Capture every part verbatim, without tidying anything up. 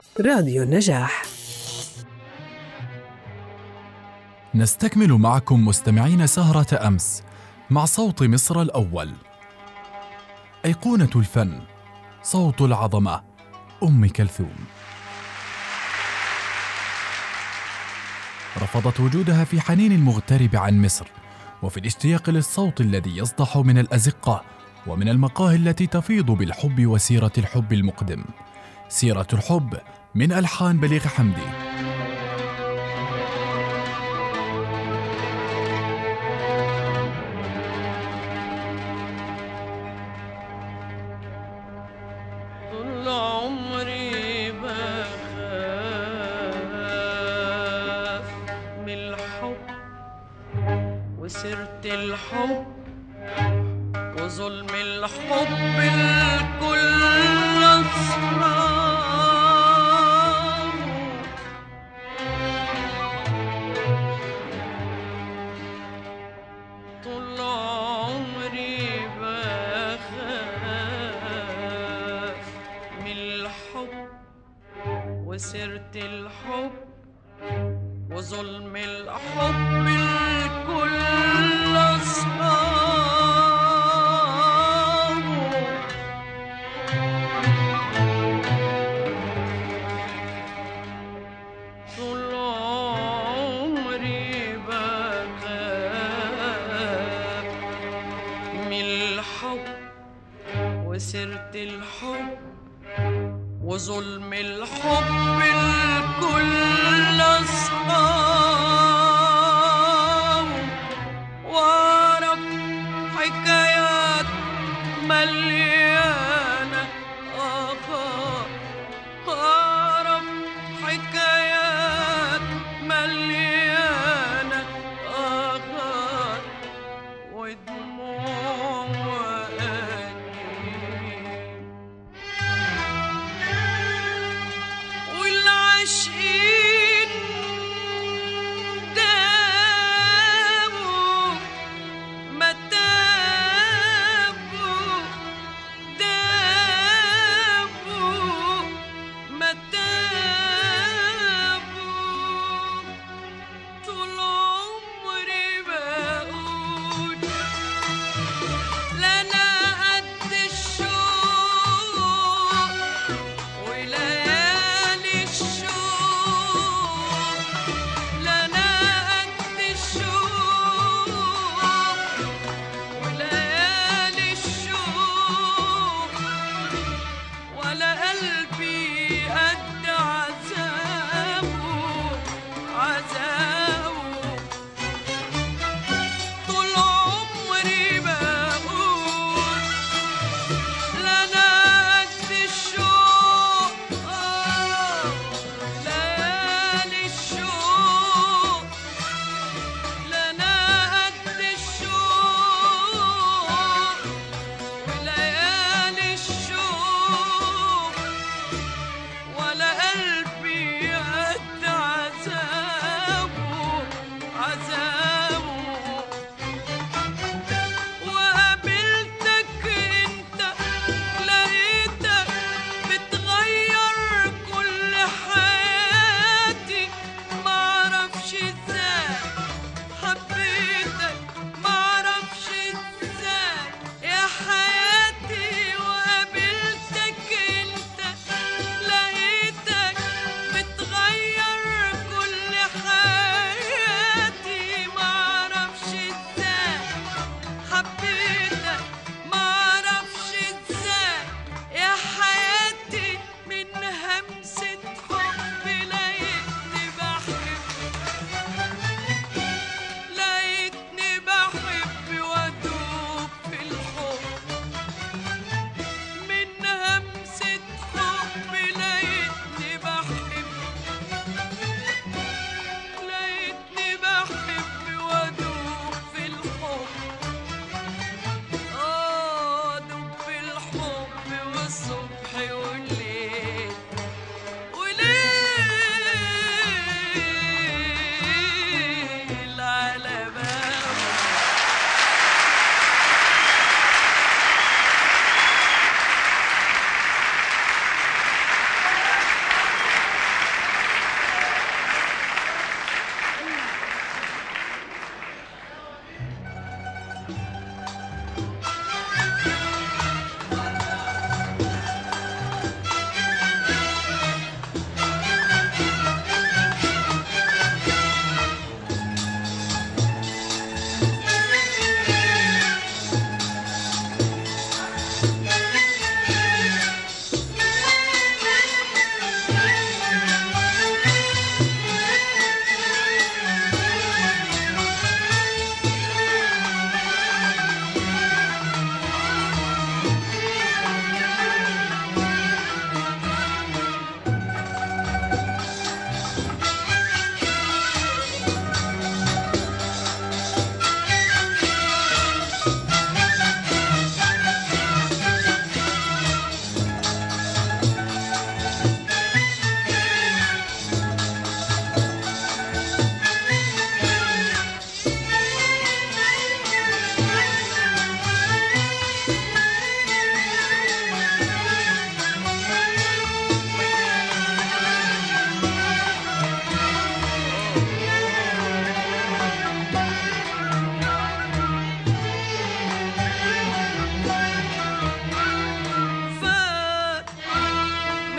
راديو النجاح. نستكمل معكم مستمعين سهرة أمس مع صوت مصر الأول. أيقونة الفن، صوت العظمة، أم كلثوم. رفضت وجودها في حنين المغترب عن مصر، وفي الاشتياق للصوت الذي يصدح من الأزقة ومن المقاهي التي تفيض بالحب وسيرة الحب المقدم. سيرة الحب من ألحان بليغ حمدي. طول عمري بخاف من الحب وسيرة الحب وظلم الحب الكل أسرار. طول عمري بخاف من الحب وسيرة الحب وظلم الحب الكل أسرار. طول عمري بخاف من الحب وسيرة الحب وظلم الحب الكل أصحاب. وأعرف حكايات مليانة آخر، أعرف حكايات مليانة آخر ودموع وأنين. والعاشقين داووا ما تابوا، داووا ما تابوا. طول عمري بقول لا أنا قد الشوق وليالي الشوق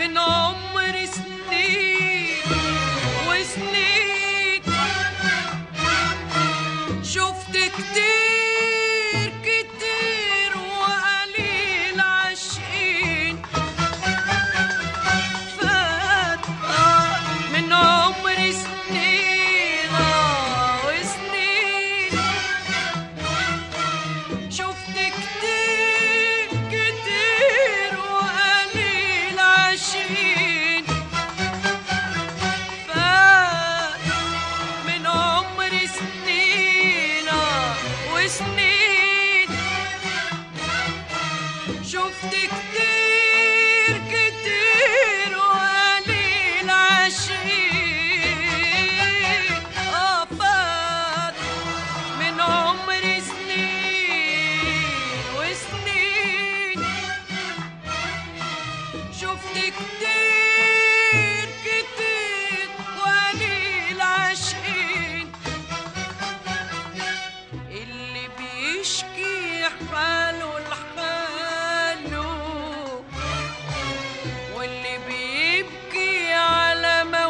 من عمر سنين وسنين شفت كتير كتير وقليل عاشقين فات من عمر سنين وسنين شفت كتير كتير وقليل عاشقين فات من عمر سنين وسنين شفت كتير كتير وقليل عاشقين اه فات من عمر سنين وسنين شفت كتير كتير وقليل عاشقين اللي بيشكي حاله لحاله واللي بيبكي على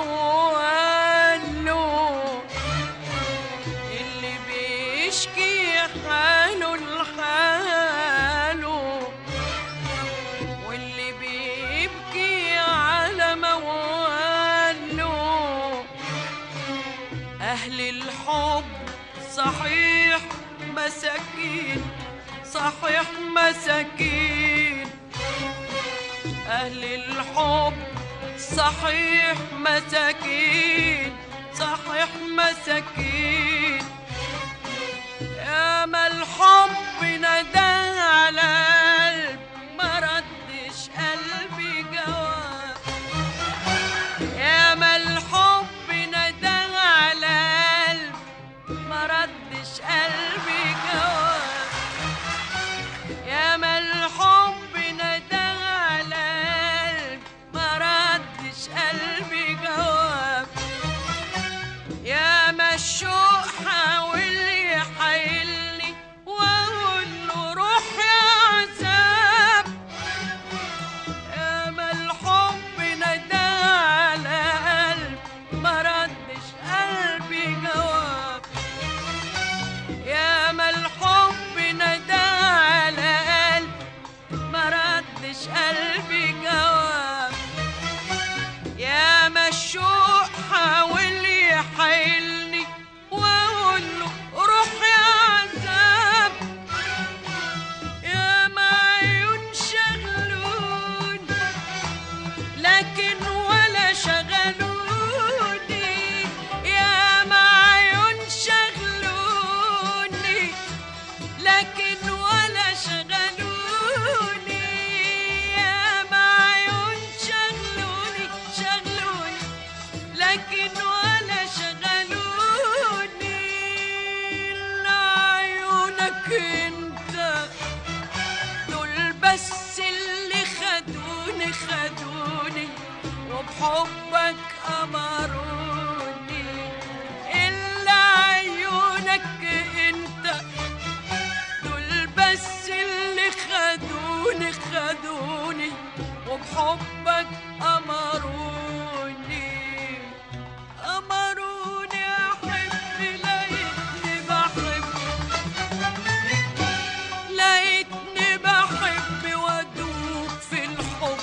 مواله اللي بيشكي حاله لحاله واللي بيبكي على مواله أهل الحب صحيح مساكين صحيح مساكين أهل الحب صحيح مساكين صحيح مساكين يا ما الحب ندى على قلب ما ردش قلبي جواب يا ما الحب ندى على قلب ما ردش قلبي جواب يا ما الحب ندى على قلب ما ردش قلبي جواب يا ما الشوق حاول يحايلني واقول له روح يا عذاب يا ما الحب ندى على قلب ما ردش قلبي جواب يا ما الحب ندى على قلب ما ردش قلبي جواب يا ما الشوق حاول يحايلني واقول له روح يا عذاب يا ما عيون شغلوني لكن ولا شغلوني يا ما عيون شغلوني لكن ولا شغلوني يا ما عيون شغلوني شغلوني لكن ولا شغلوني إلا عيونك انت دول بس اللي خدوني خدوني وبحبك أمروني إلا عيونك انت دول بس اللي خدوني خدوني وبحبك أمروني أمروني أحب لقيتني بحب لقيتني بحب وأدوب في الحب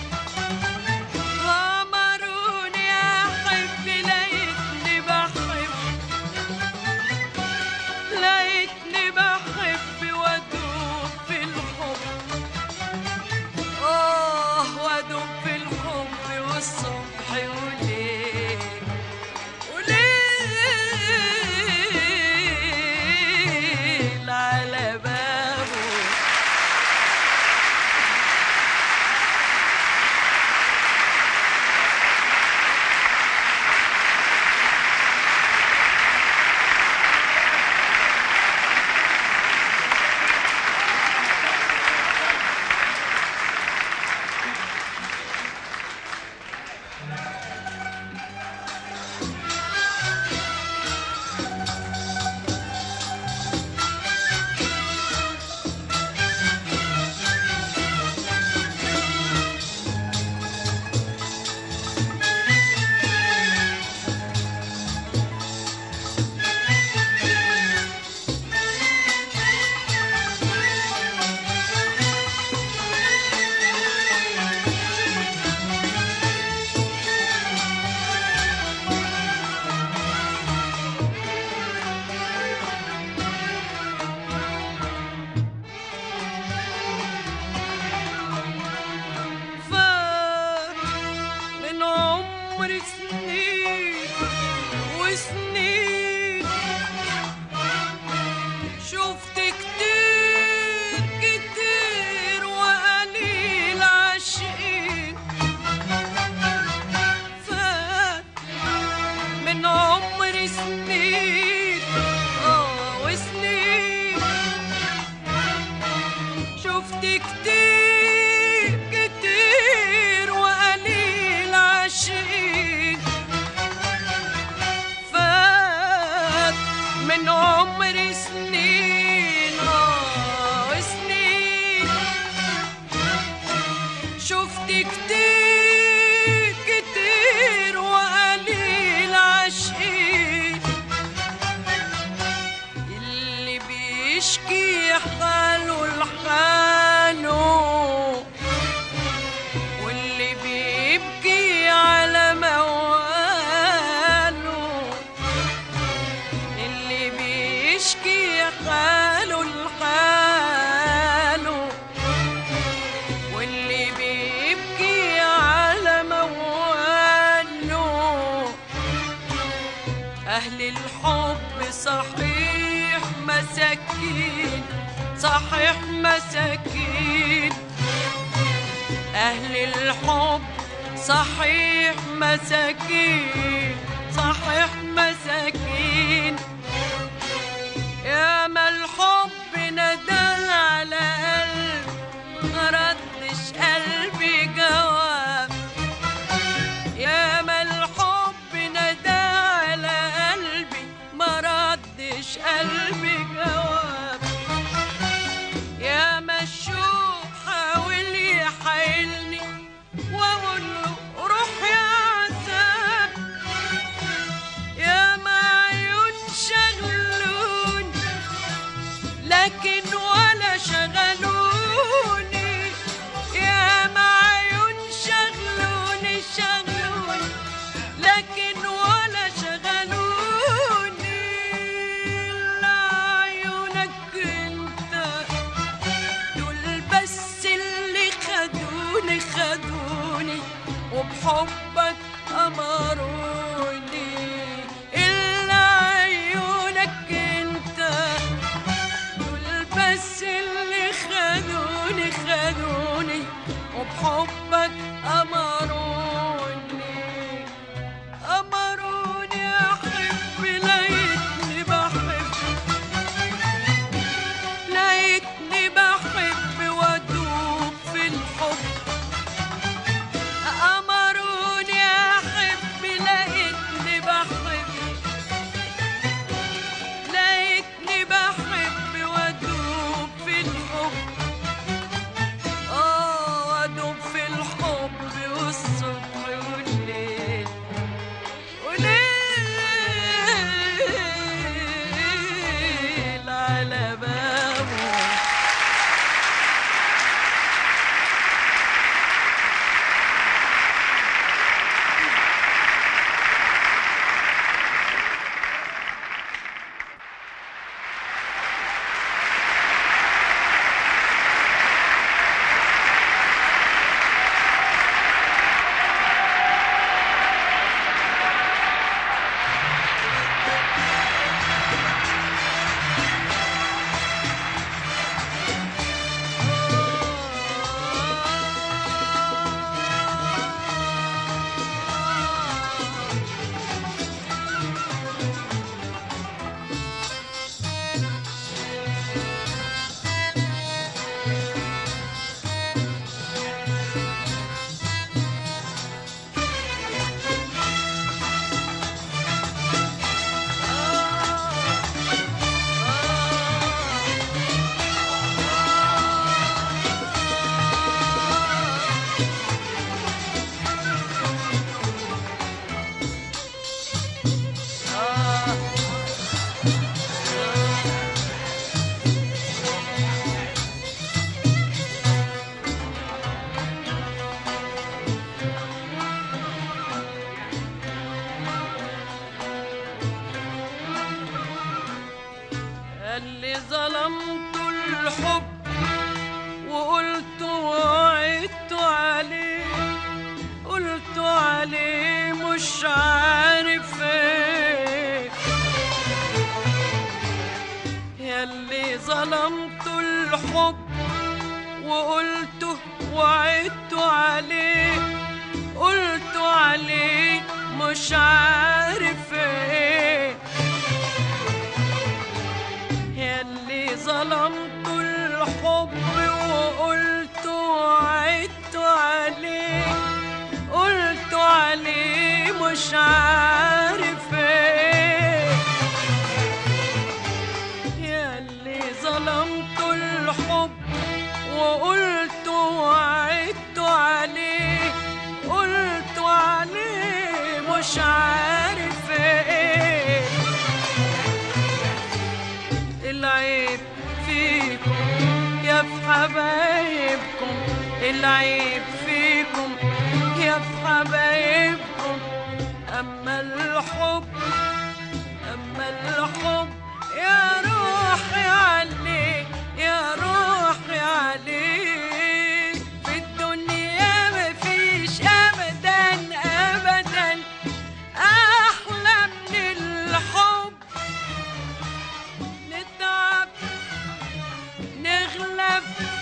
أمروني أحب لقيتني بحب لقيتني بحب وأدوب في الحب آه وأدوب في الحب والصبح وليل وليل على بابه سنين وسنين شفت كتير كتير وقليل عاشقين فات من عمري سنين اه وسنين شفت كتير كتير وقليل عاشقين فات من عمري سنين اه وسنين شفت كتير كتير وقليل عاشقين اللي بيشكي حاله لحاله واللي بيبكي على مواله اللي بيشكي حاله لحاله واللي بيبكي على مواله أهل الحب صحيح مساكين صحيح مساكين أهل الحب صحيح مساكين صحيح مساكين يا ما الحب ندى على قلب مردش قلبي جواب يا ما الحب ندى على قلبي مردش قلبي جواب يا ما الشوق حاول يحايلني واقول له روح يا عذاب يا ما عيون شغلوني لكن ولا شغلوني يا ما عيون شغلوني شغلوني لكن ولا شغلوني إلا عيونك انت دول بس اللي خدوني خدوني وبحبك أمروني إلا عيونك انت دول بس اللي خدوني خدوني وبحبك أمروني أمروني أحب لقيتني بحب لقيتني بحب وأدوب في الحب أمروني أحب لقيتني بحب لقيتني بحب وأدوب في الحب آه وأدوب في الحب والصبح والليل وليل على بابه الحب وقلته وعدت عليه، قلت عليه مش عارف ايه. ياللي ظلمت الحب وقلت وعدت عليه، قلت عليه مش عارف ايه. ياللي ظلمت الحب وقلت وعدت عليه، قلت عليه مش عارف ايه. العيب فيكم يا في حبايبكم، العيب فيكم يا في حبايبكم. أما الحب أما الحب يا روحي عليه، يا روحي عليه. في الدنيا مفيش أبدا أبدا أحلى من الحب. نتعب نغلب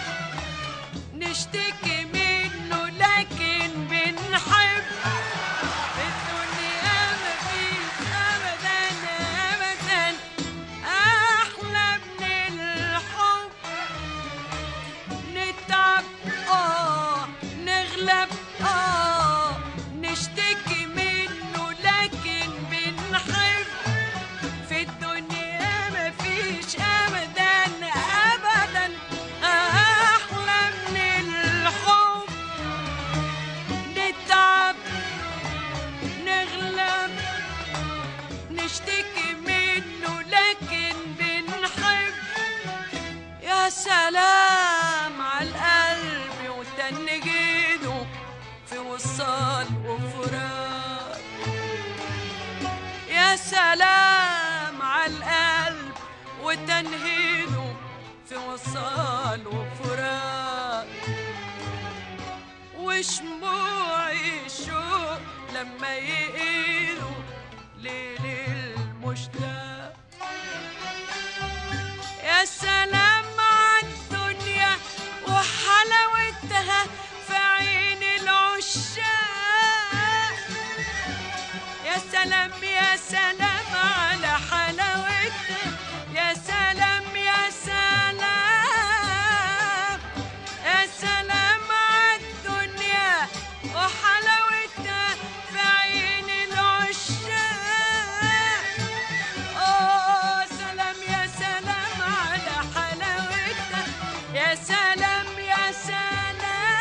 نشتكي منه لكن بنحب. في الدنيا مفيش أبدا أبدا أحلى من الحب. نتعب آه نغلب آه نشتكي منه لكن بنحب. في الدنيا مفيش أبدا أبدا أحلى من الحب. نتعب نغلب نشتكي منه لكن بنحب. يا سلام على القلب وتنجيده في وصال وفراق. يا سلام على القلب وتنهيده في وصال وفراق. وشموع الشوق لما يقيدوا ليل المشتاق. يا سلام عالدنيا وحلاوتها في عين العشاق. يا سلام يا سلام على حلاوتها، يا سلام يا سلام. يا سلام عالدنيا وحلاوتها في عين العشاق. آه سلام يا سلام على حلاوتها، يا سلام يا سلام.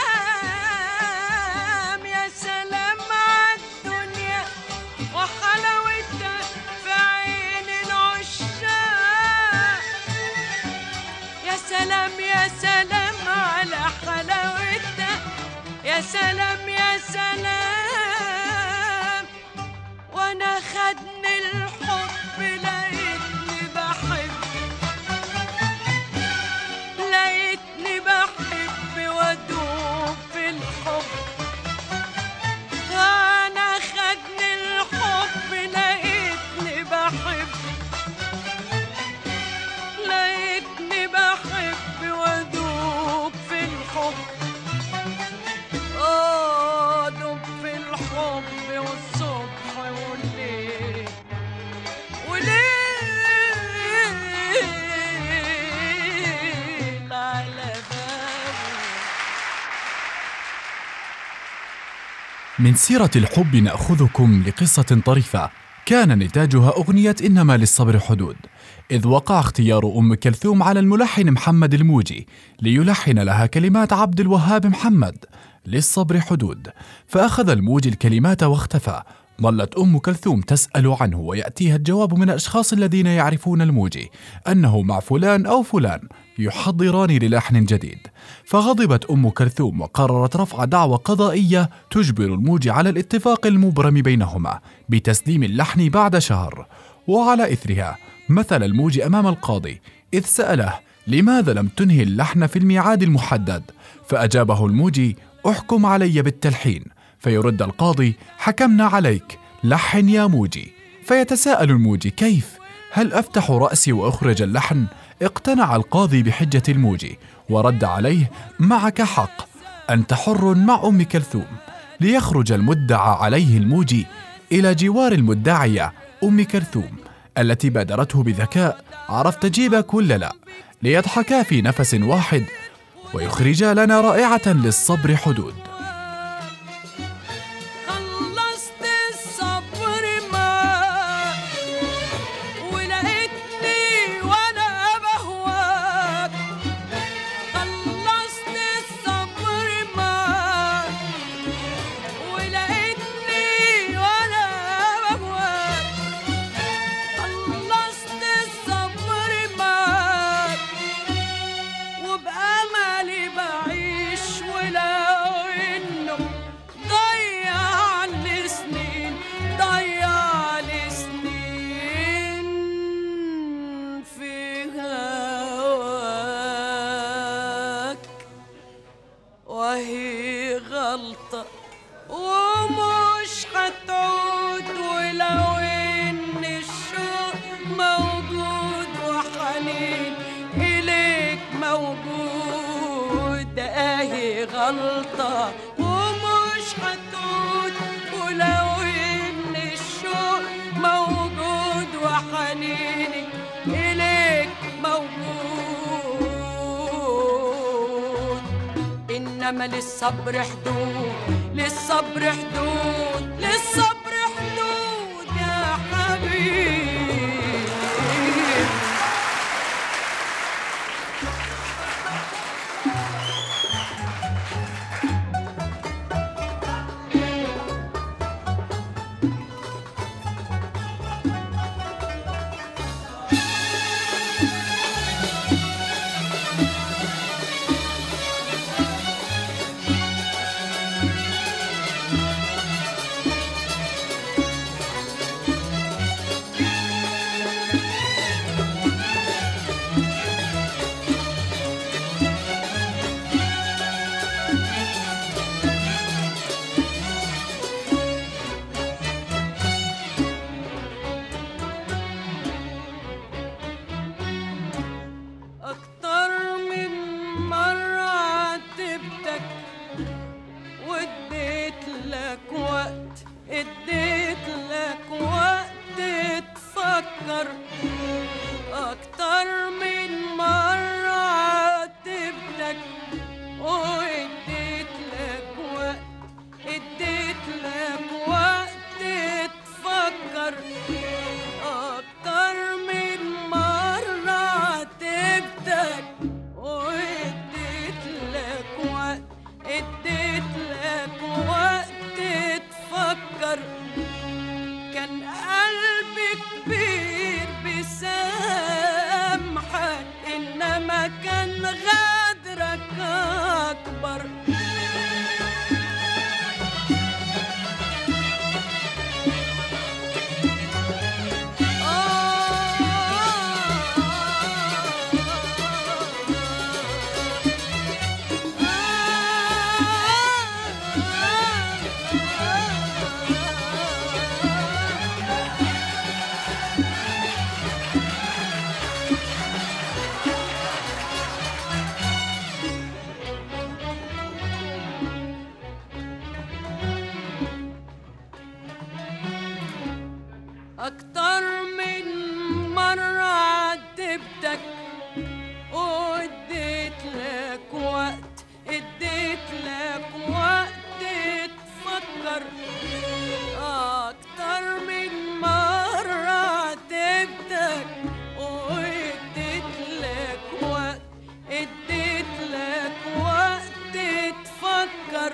يا سلام عالدنيا وحلاوتها في عين العشاق. يا سلام يا سلام على حلاوتها، يا سلام يا سلام. وانا خدني الحب لقيتني بحب، لقيتني بحب وادوب في الحب. انا خدني الحب لقيتني بحب، لقيتني بحب وادوب في الحب. آه دوب في الحب والصبح والليل وليل على بابه. من سيرة الحب نأخذكم لقصة طريفة كان نتاجها أغنية إنما للصبر حدود، إذ وقع اختيار أم كلثوم على الملحن محمد الموجي ليلحن لها كلمات عبد الوهاب محمد للصبر حدود. فأخذ الموجي الكلمات واختفى. ظلت أم كلثوم تسأل عنه ويأتيها الجواب من الأشخاص الذين يعرفون الموجي أنه مع فلان أو فلان يحضران للحن جديد. فغضبت أم كلثوم وقررت رفع دعوى قضائية تجبر الموجي على الاتفاق المبرم بينهما بتسليم اللحن بعد شهر. وعلى إثرها مثل الموجي أمام القاضي إذ سأله لماذا لم تنهي اللحن في الميعاد المحدد، فأجابه الموجي احكم علي بالتلحين، فيرد القاضي حكمنا عليك لحن يا موجي. فيتساءل الموجي كيف؟ هل أفتح رأسي وأخرج اللحن؟ اقتنع القاضي بحجة الموجي ورد عليه: معك حق، أنت حر مع أم كلثوم. ليخرج المدعى عليه الموجي إلى جوار المدعية أم كلثوم التي بادرته بذكاء: عرفت جيبك ولا لا؟ ليضحكا في نفس واحد ويخرجا لنا رائعة للصبر حدود. وهي غلطة ومش هتعود، ولو ان الشوق موجود وحنين إليك موجود، اهي غلطة ومش هتعود، ولو ان الشوق موجود وحنين إليك موجود. إنما للصبر حدود، للصبر حدود، للصبر حدود يا حبيبي. اديت لك وقت تفكر، اكتر من مرة عاتبتك واديت لك وقت، اديت لك وقت تفكر، اكتر من مرة عاتبتك واديت لك وقت، اديت لك وقت تفكر. كان قلبي كبير بسامحك، إنما كان غدرك أكبر. أكتر من مرة عاتبتك واديت لك وقت، اديت لك وقت تفكر، أكتر من مرة عاتبتك واديت لك وقت، اديت لك وقت تفكر،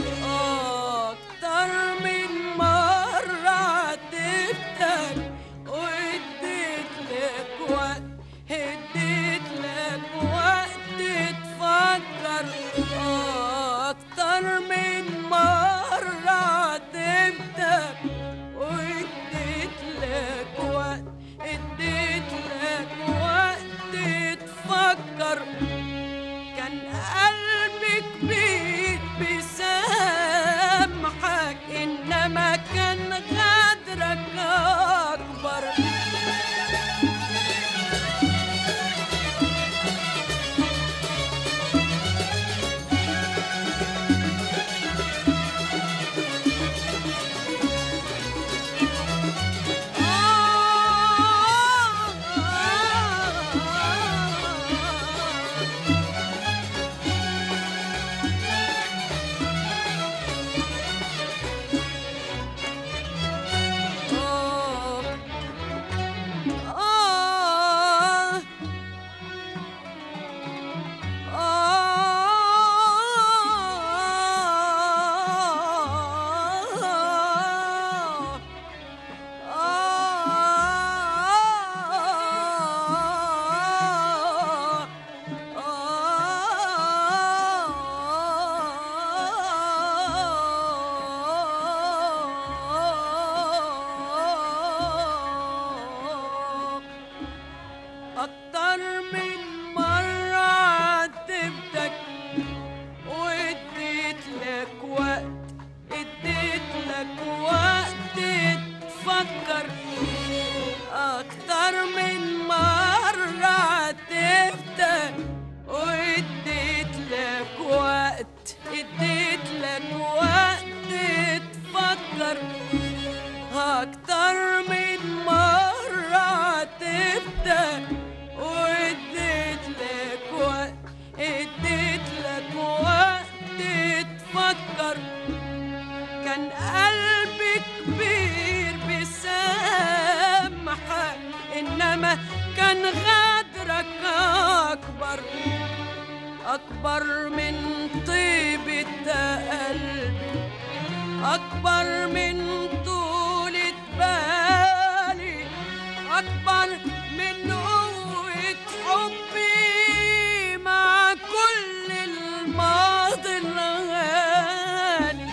أكتر من مرة عاتبتك واديت لك وقت، اديت لك وقت تفكر، اكتر من مرة عاتبتك واديت لك وقت، اديت لك وقت تفكر. كان قلبي كبير بسامحك، انما كان غدرك أكبر. لك وقت تفكر أكتر من مرة تفتك واديت لك وقت اديت لك وقت تفكر أكتر من مرة تفتك واديت لك وقت اديت لك وقت تفكر كان قلبي كبير بسامحك إنما كان غدرك أكبر أكبر من طيبة قلبي أكبر من طولة بالي أكبر من قوة حبي مع كل الماضي الغالي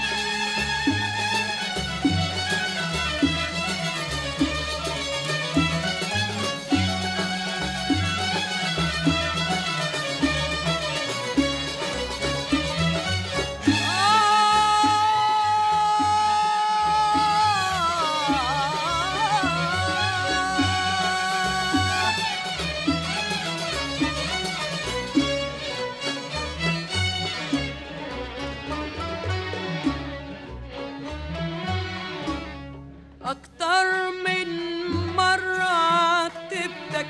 أكتر من مرة عاتبتك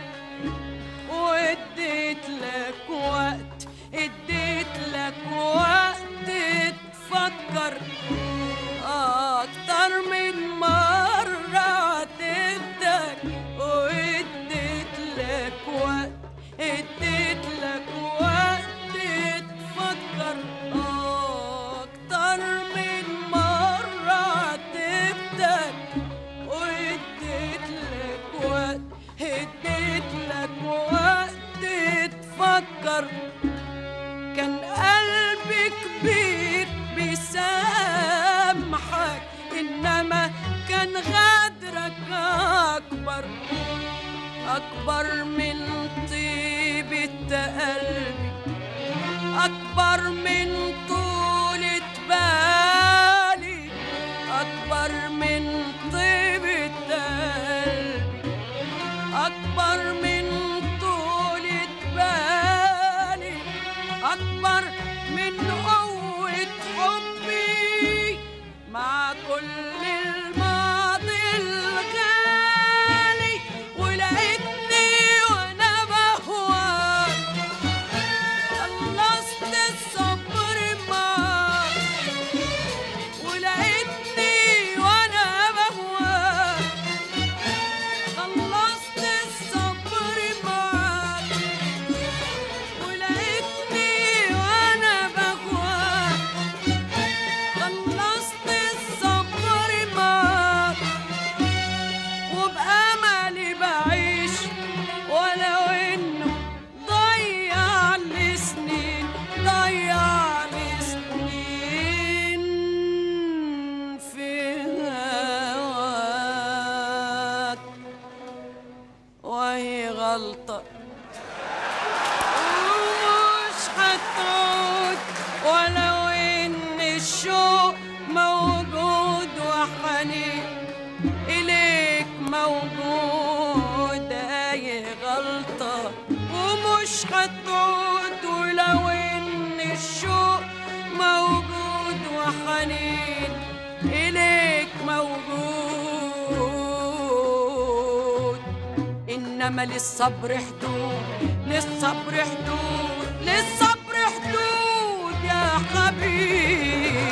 واديت لك وقت اديت لك وقت تفكر أكتر من مرة عاتبتك واديت لك وقت اديت لك وقت تفكر أكتر من مرة عاتبتك واديت لك وقت اديت لك وقت تفكر كان قلبي كبير بيسامحك إنما كان غدرك أكبر أكبر من طيبة قلبي أكبر من طولة بالي أكبر من طيبة قلبي أكبر من طولة بالي أكبر من قوة حبي مع كل الماضي الغالي ولقيتني وأنا بهواك خلصت الصبر معاك ولقيتني وأنا بهواك خلصت الصبر معاك ولقيتني وأنا بهواك خلصت الصبر معاك وبأملي بعيش ولو إنه ضيع لي سنين ضيع لي سنين في هواك وهي غلطة ومش هتعود ولو إن الشوق موجود وحنين إليك موجود هي غلطة ومش هتعود ولو إن الشوق موجود وحنين إليك موجود إنما للصبر حدود للصبر حدود للصبر حدود يا حبيبي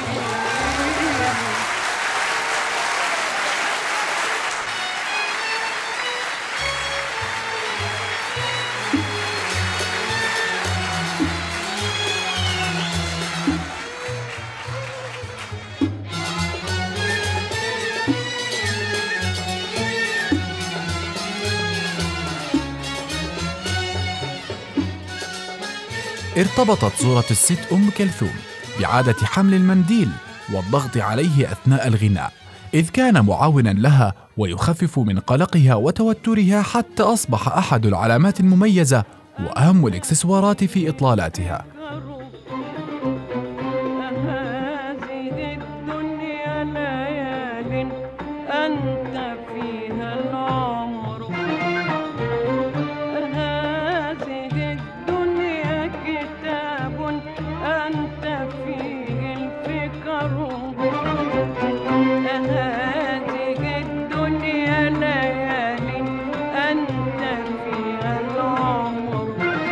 ارتبطت صورة الست أم كلثوم بعادة حمل المنديل والضغط عليه أثناء الغناء، إذ كان معاونا لها ويخفف من قلقها وتوترها، حتى أصبح أحد العلامات المميزة وأهم الإكسسوارات في إطلالاتها. هذه الدنيا ليالي أنت فيها العمر. هذه الدنيا كتاب أنت فيه الفكر. هذه الدنيا ليال أنت فيها العمر.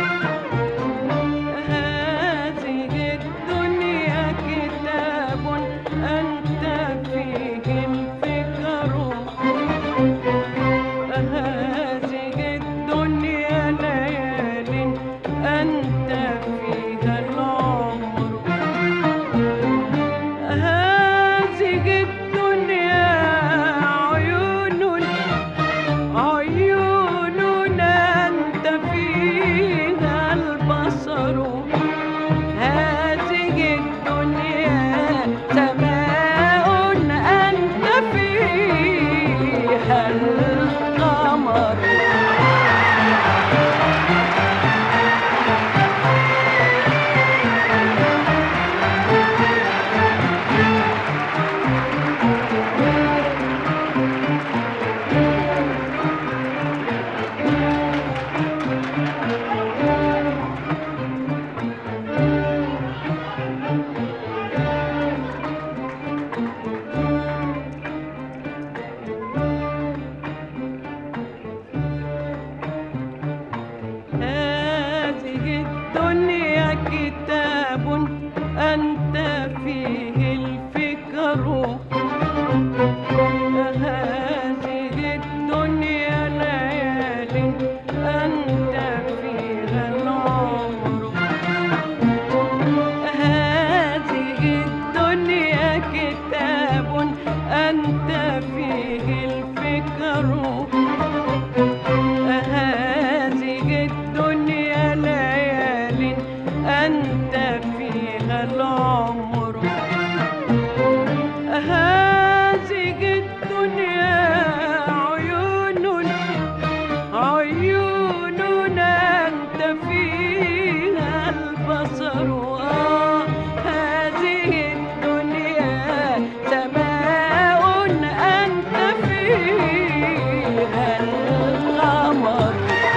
هذه الدنيا كتاب أنت فيه الفكر. هذه الدنيا ليال أنت فيها العمر. هذه الدنيا عيون عيون أنت فيها البصر. هذه الدنيا سماء أنت فيها القمر. هذه الدنيا كتاب أنت فيه الفكر. هذه الدنيا ليال أنت فيها العمر. هذه الدنيا كتاب أنت فيه الفكر. هذه الدنيا ليال أنت فيها العمر. هذه الدنيا عيون عيون أنت فيها البصر. آه هذه الدنيا سماء أنت فيها القمر.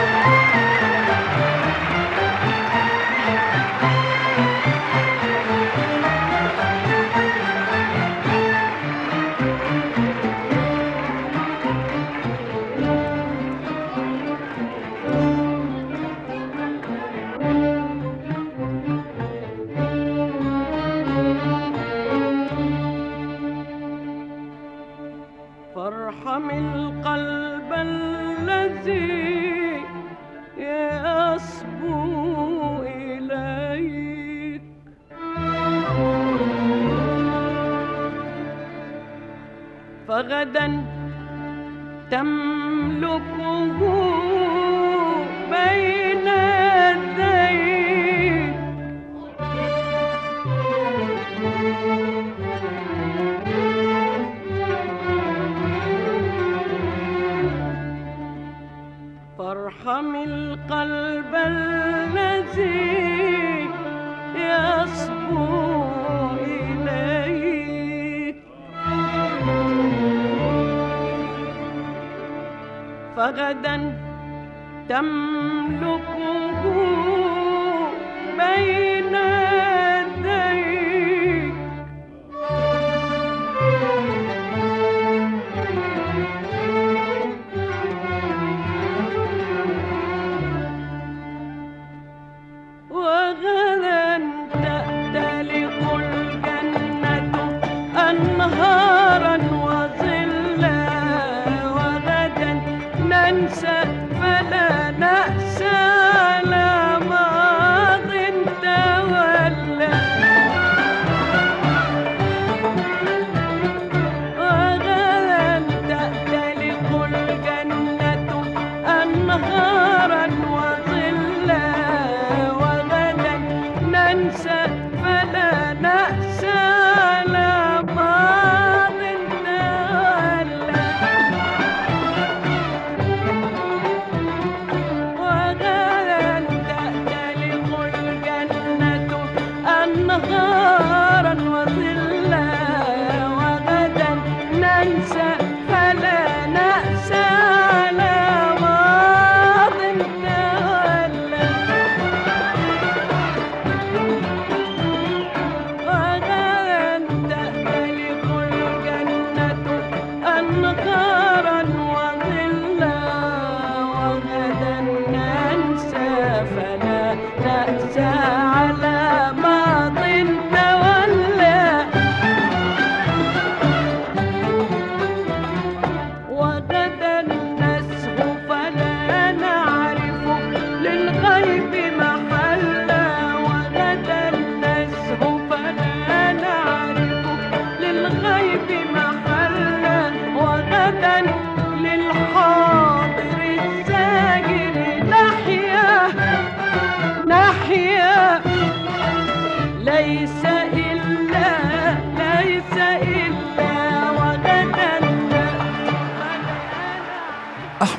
فارحم القلب الذي يصبو إليك. فغدا تملكه بين يديك. فارحم القلب الذي يصبو إليك. فغدا تملكه بين يديك. وغدا تأتلق الجنة أنهارا وظلا. وغدا ننسى فلا نأسى على ماض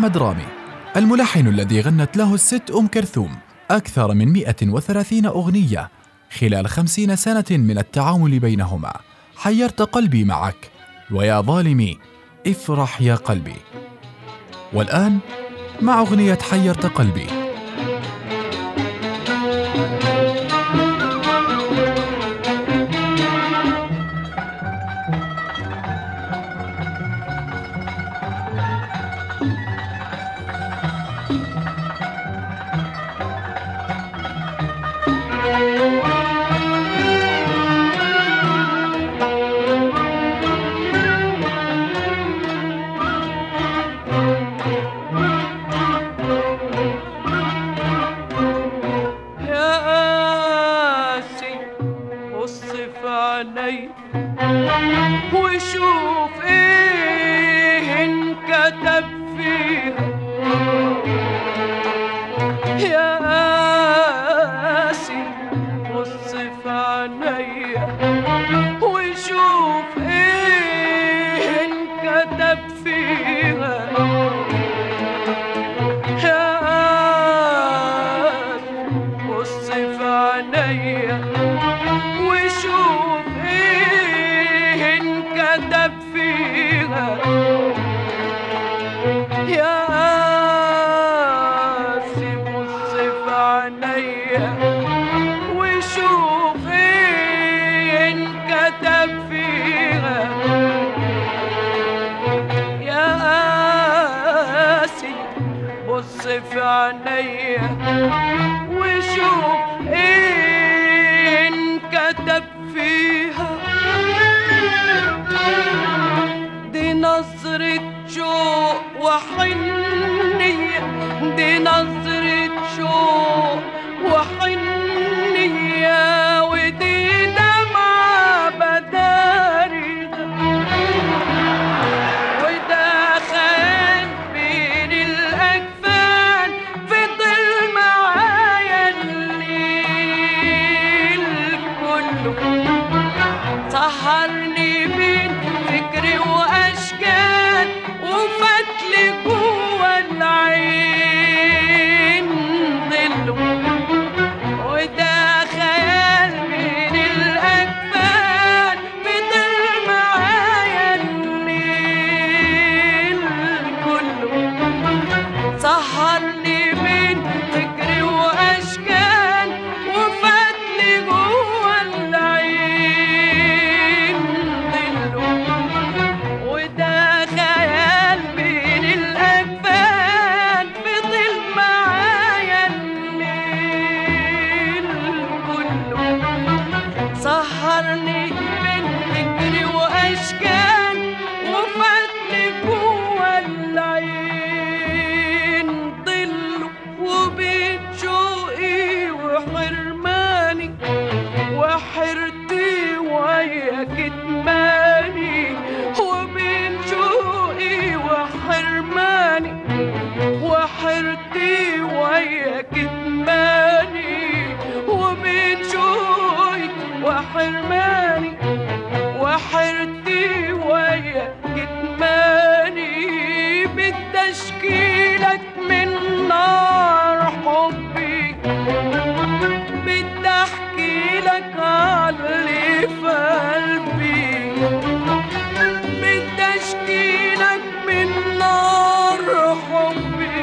أحمد رامي الملحن الذي غنت له الست أم كلثوم أكثر من مئة وثلاثين أغنية خلال خمسين سنة من التعامل بينهما. حيرت قلبي معك، ويا ظالمي افرح يا قلبي. والآن مع أغنية حيرت قلبي. وشوف ايه انكتب فيها يا قاسي، بص في عينيا وشوف ايه انكتب فيها يا قاسي، بص في عينيا وشوف ايه انكتب فيها يا قاسي، بص في عينيا وشوف ايه انكتب فيها يا قاسي، بص في عينيا وشوف ايه انكتب فيها. دي نظرة شوق وحنية، دي نظرة شوق وحنية، ودي دمعة بداريها، وده خيال بين الأجفان فضل معايا الليل كله، سهرني بين فكري وأشكال وفتلي جوا العين ظله، وده خيال بين الأجفان فضل معايا الليل كله، سهرني بين فكري وأشكال وفتلي جوا العين ظله، وده خيال بين الأجفان فضل معايا الليل كله، سهرني بين فكري وأشكال وفتلي جوا العين ظله، وبين شوقي وحرماني وحرتي ويا كتماني، وبين شوقي وحرماني وحرتي ويا كتماني، وبين شوقي وحرماني وحرتي ويا كتماني، بدي اشكيلك من نار حبي، بدي احكي لك عاللي في قلبي، بدي اشكيلك من نار حبي،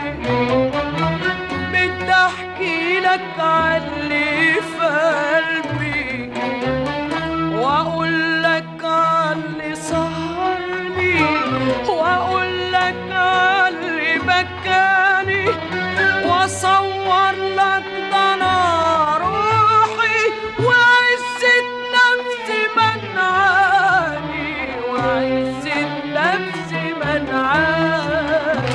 بدي احكي لك عاللي في قلبي، واقول لك عاللي سهرني، واقول لك عاللي بكاني، واصور لك ضنا روحي وعزة نفسي منعاني، وعزة نفسي منعاني.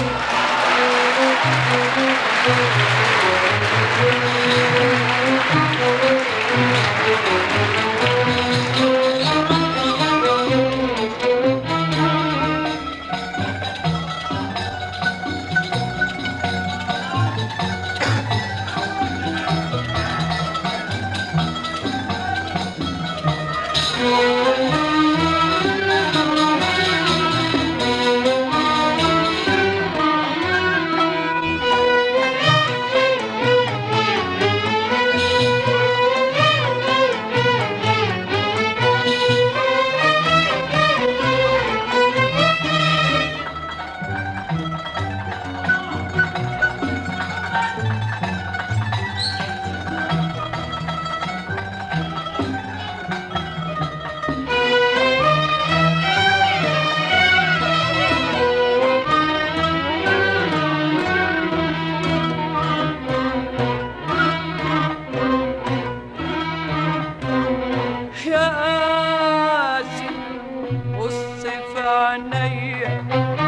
عينيا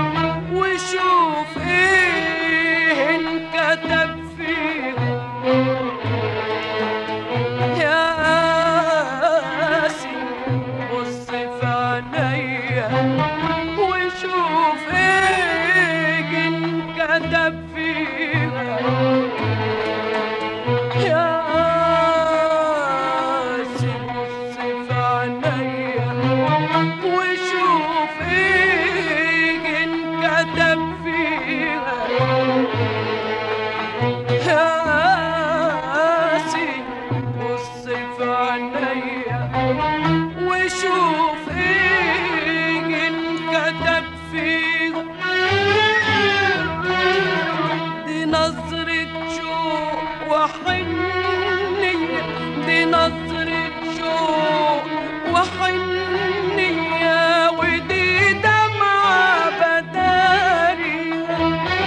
وشوف ايه انكتب فيها يا قاسي. بص في عينيا وشوف ايه انكتب فيها يا قاسي. بص في عينيا وشوف ايه انكتب فيها يا قاسي. بص في عينيا وشوف ايه انكتب فيها. دي نظرة شوق وحنية، دي نظرة شوق وحنية، ودي دمعة بدارية،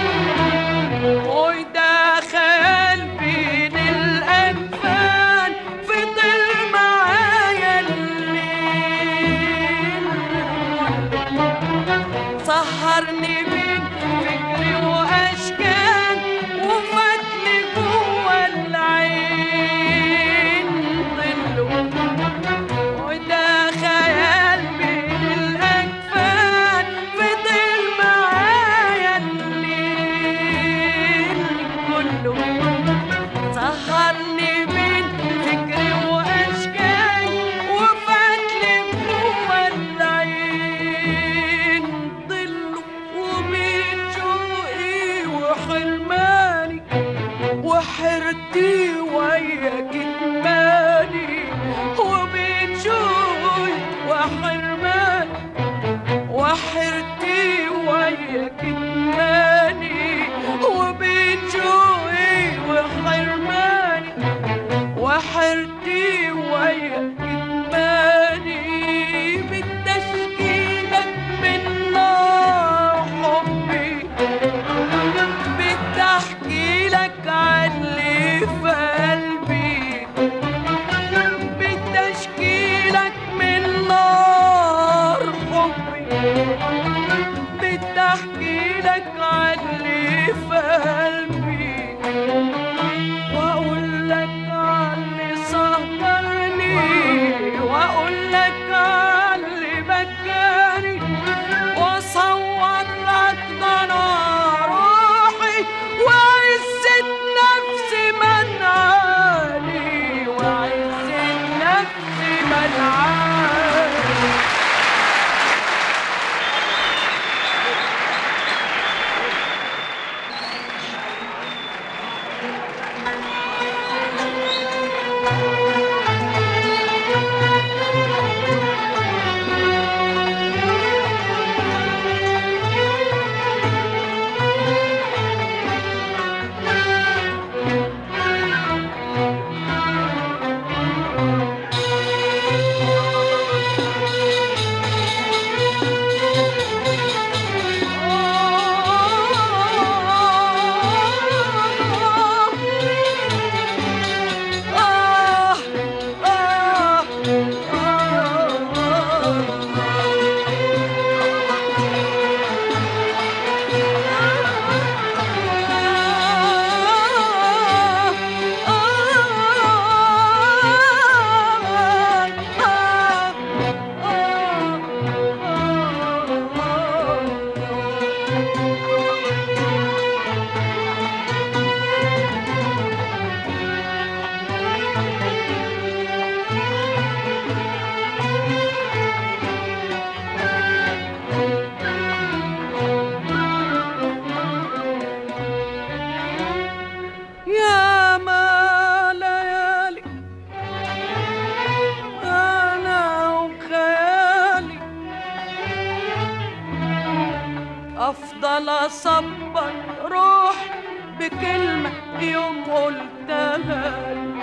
وده خيال بين الأكفان فضل معايا الليل. سهرني بين فكري وأشكال وفاتني جوا العين ظله، وده خيال بين الأكفان فضل معايا الليل كله. سهرني بين فكري وأشكال وفاتني جوا العين ظله، وبين شوقي وحرماني وحرتي ويا كتماني، وبين شوقي وحرماني وحرتي ويا كتماني، وبين شوقي وحرماني وحرتي ويا كتماني. بتشكيلك من نار حبي، بتحكي لك عن اللي في قلبي، بتشكيلك من نار حبي، بتحكي لك عن اللي في قلبي، واقول لك عن اللي سهرني، واقول لك عن اللي بكاني، واصور لك ضنا روحي وعزة نفسي منعاني، وعزة نفسي منعاني. افضل اصبر روح بكلمة يوم قلتها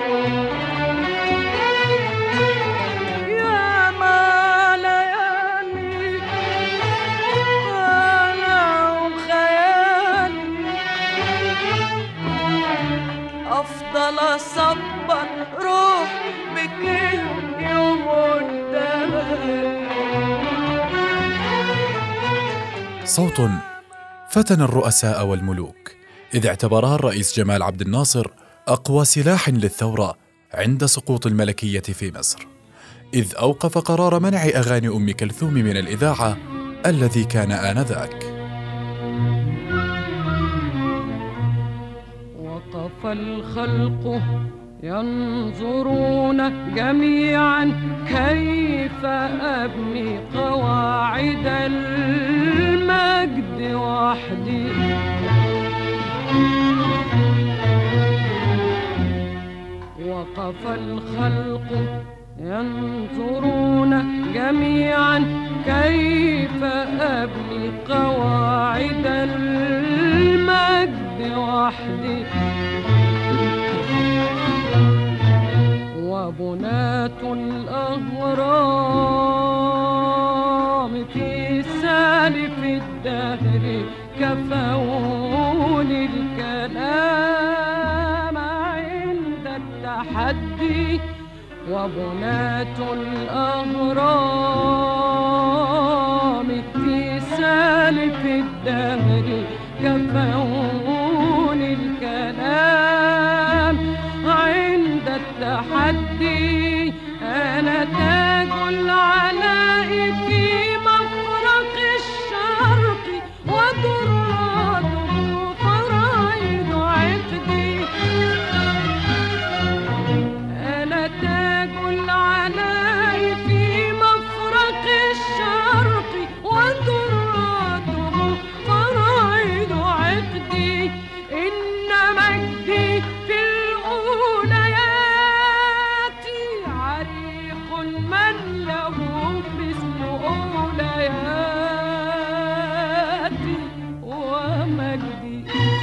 يا ما ليالي انا وخيالي. افضل اصبر روح بكلمة يوم قلتها صوت فتن الرؤساء والملوك، إذ اعتبرها الرئيس جمال عبد الناصر أقوى سلاح للثورة عند سقوط الملكية في مصر، إذ أوقف قرار منع أغاني أم كلثوم من الإذاعة الذي كان آنذاك. وقف الخلق ينظرون جميعا كيف أبني قواعد المجد وحدي. وقف الخلق ينظرون جميعا كيف أبني قواعد المجد وحدي. وبناة الأهرام في سالف الدهر كفون الكلام عند التحدي. وبناة الأهرام في سالف الدهر كفون الكلام عند التحدي. أنا تاج العلاء في مفرق الشرق وضراته فرائض عقدي. أنا تاج العلاء في مفرق الشرق وضراته فرائض عقدي. إن مجدي في الأوليات عريق من له مثل أولياتي ومجدي.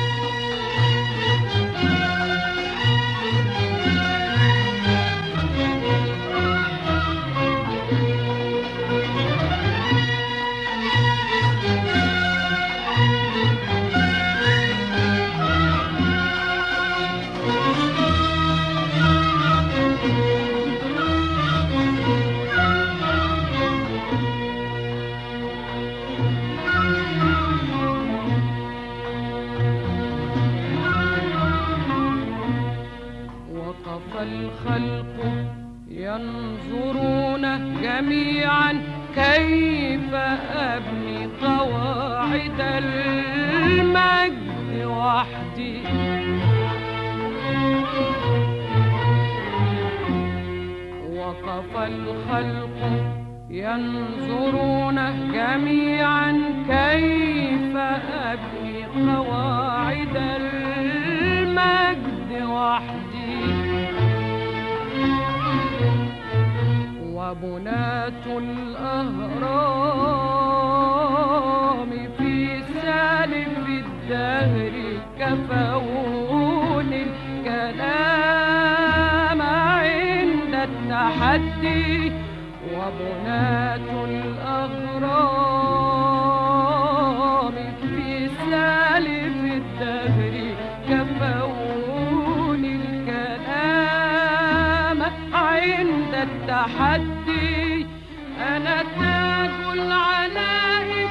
وقف الخلق ينظرون جميعا كيف أبني قواعد المجد وحدي. وقف الخلق ينظرون جميعا كيف أبني قواعد المجد وحدي. وبناة الأهرام في سالف الدهر كفون الكلام عند التحدي. وبناة الأهرام في سالف الدهر كفون الكلام عند التحدي. أنا تاج العلاء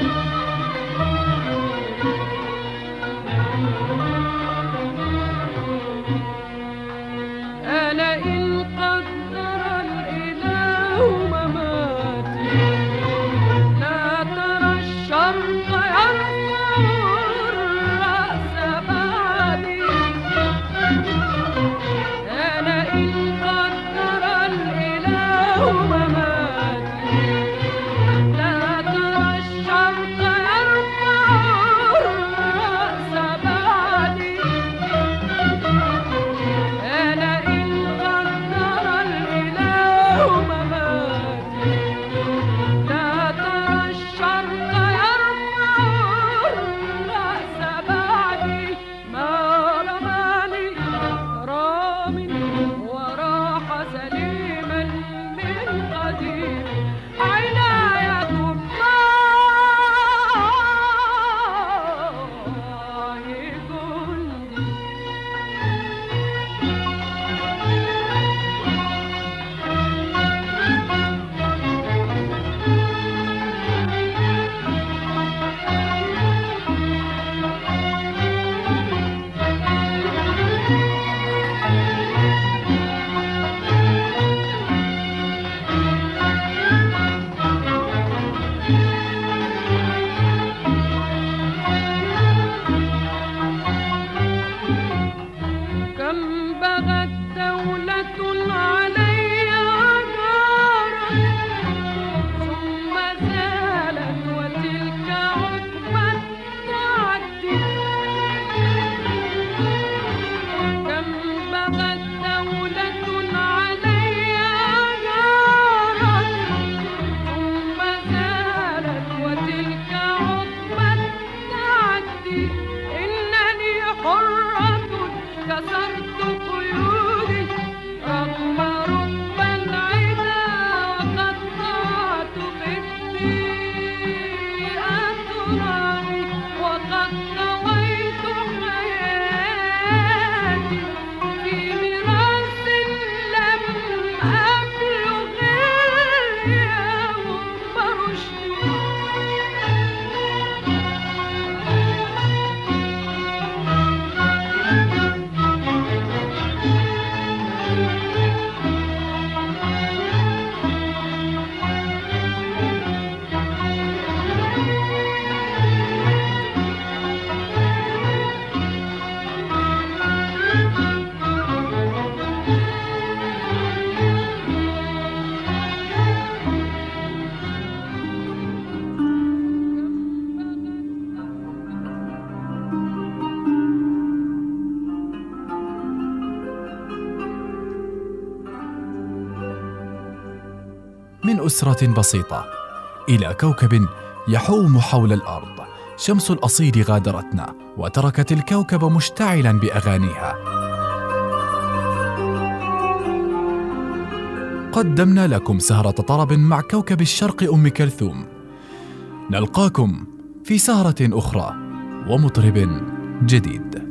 أنا إن قدر الإله مماتي لا ترى الشرق يرفع الرأس بعدي. أنا إن قدر الإله مماتي لا ترى الشرق يرفع الرأس بعدي. أنا إن قدر الإله مماتي لا ترى الشرق يرفع الرأس بعدي. ما رماني رام وراح سليما من قديم. عناية الله جندي. كم بغت دولة علي عجارة ثم زالت وتلك عقبى التعدي. كم بغت دولة علي عجارة ثم زالت وتلك عقبى التعدي. إنني حرة كسرت قيودي رغم رب العدا وقطعت خدي أترابي وقد طويت حياتي في ميراث لم أبلغ اليوم رشدي. من أسرة بسيطة إلى كوكب يحوم حول الأرض. شمس الأصيل غادرتنا وتركت الكوكب مشتعلا بأغانيها. قدمنا لكم سهرة طرب مع كوكب الشرق أم كلثوم. نلقاكم في سهرة أخرى ومطرب جديد.